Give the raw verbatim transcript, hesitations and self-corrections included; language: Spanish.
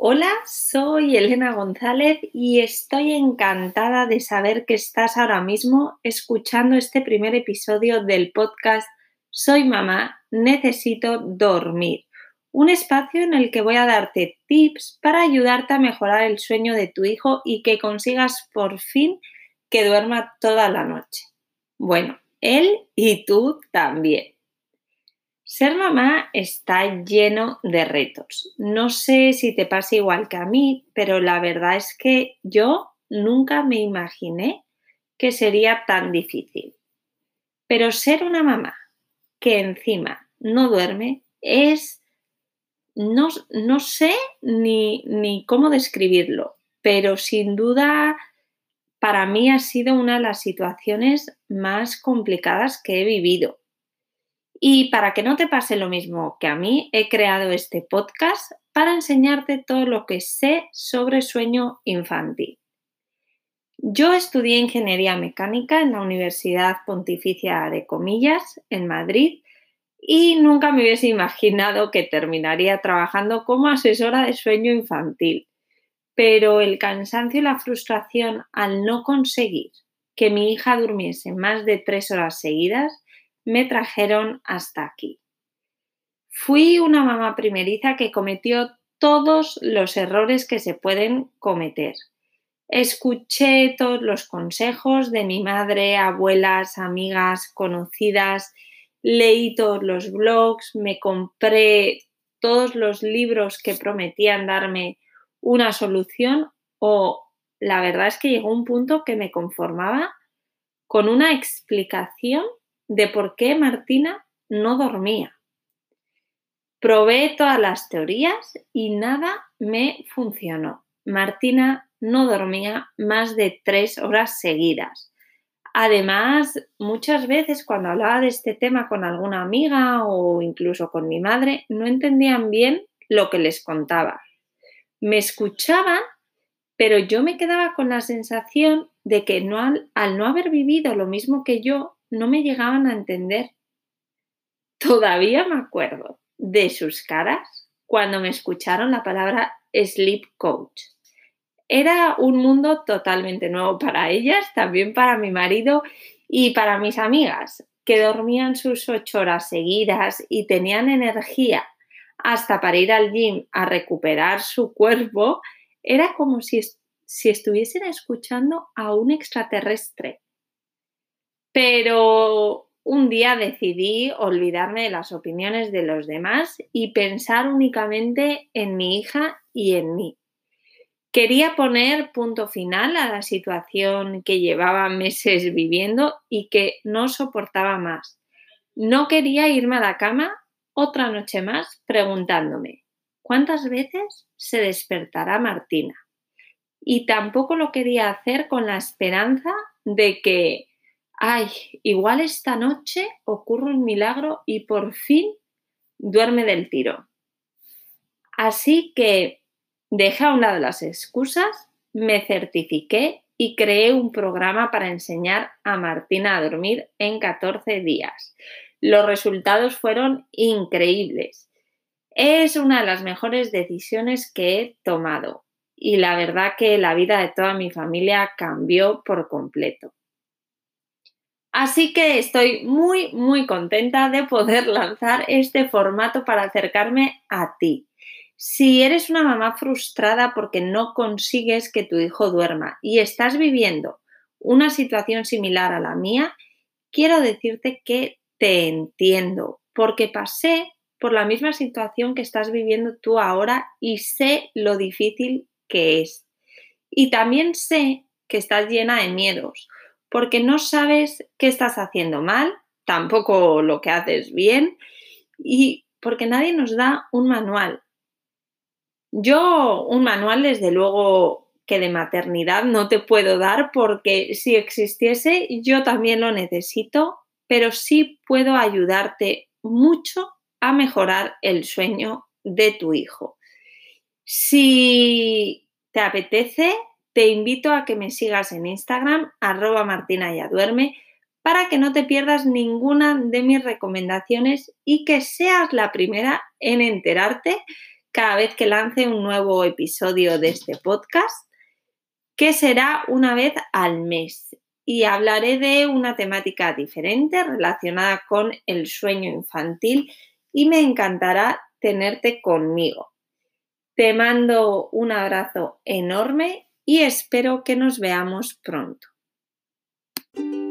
Hola, soy Elena González y estoy encantada de saber que estás ahora mismo escuchando este primer episodio del podcast Soy mamá, necesito dormir, un espacio en el que voy a darte tips para ayudarte a mejorar el sueño de tu hijo y que consigas por fin que duerma toda la noche. Bueno, él y tú también. Ser mamá está lleno de retos. No sé si te pasa igual que a mí, pero la verdad es que yo nunca me imaginé que sería tan difícil. Pero ser una mamá que encima no duerme es, no, no sé ni, ni cómo describirlo, pero sin duda para mí ha sido una de las situaciones más complicadas que he vivido. Y para que no te pase lo mismo que a mí, he creado este podcast para enseñarte todo lo que sé sobre sueño infantil. Yo estudié ingeniería mecánica en la Universidad Pontificia de Comillas, en Madrid, y nunca me hubiese imaginado que terminaría trabajando como asesora de sueño infantil. Pero el cansancio y la frustración al no conseguir que mi hija durmiese más de tres horas seguidas me trajeron hasta aquí. Fui una mamá primeriza que cometió todos los errores que se pueden cometer. Escuché todos los consejos de mi madre, abuelas, amigas, conocidas, leí todos los blogs, me compré todos los libros que prometían darme una solución o la verdad es que llegó un punto que me conformaba con una explicación de por qué Martina no dormía. Probé todas las teorías y nada me funcionó. Martina no dormía más de tres horas seguidas. Además, muchas veces cuando hablaba de este tema con alguna amiga o incluso con mi madre, no entendían bien lo que les contaba. Me escuchaban, pero yo me quedaba con la sensación de que no, al, al no haber vivido lo mismo que yo, no me llegaban a entender. Todavía me acuerdo de sus caras cuando me escucharon la palabra sleep coach. Era un mundo totalmente nuevo para ellas, también para mi marido y para mis amigas, que dormían sus ocho horas seguidas y tenían energía hasta para ir al gym a recuperar su cuerpo. Era como si, si estuviesen escuchando a un extraterrestre. Pero un día decidí olvidarme de las opiniones de los demás y pensar únicamente en mi hija y en mí. Quería poner punto final a la situación que llevaba meses viviendo y que no soportaba más. No quería irme a la cama otra noche más preguntándome ¿cuántas veces se despertará Martina? Y tampoco lo quería hacer con la esperanza de que ay, igual esta noche ocurre un milagro y por fin duerme del tirón. Así que dejé a un lado las excusas, me certifiqué y creé un programa para enseñar a Martina a dormir en catorce días. Los resultados fueron increíbles. Es una de las mejores decisiones que he tomado y la verdad que la vida de toda mi familia cambió por completo. Así que estoy muy, muy contenta de poder lanzar este formato para acercarme a ti. Si eres una mamá frustrada porque no consigues que tu hijo duerma y estás viviendo una situación similar a la mía, quiero decirte que te entiendo, porque pasé por la misma situación que estás viviendo tú ahora y sé lo difícil que es. Y también sé que estás llena de miedos, porque no sabes qué estás haciendo mal, tampoco lo que haces bien y porque nadie nos da un manual. Yo un manual, desde luego, que de maternidad no te puedo dar porque si existiese yo también lo necesito, pero sí puedo ayudarte mucho a mejorar el sueño de tu hijo. Si te apetece, te invito a que me sigas en Instagram, arroba martinayaduerme, para que no te pierdas ninguna de mis recomendaciones y que seas la primera en enterarte cada vez que lance un nuevo episodio de este podcast, que será una vez al mes. Y hablaré de una temática diferente relacionada con el sueño infantil y me encantará tenerte conmigo. Te mando un abrazo enorme y espero que nos veamos pronto.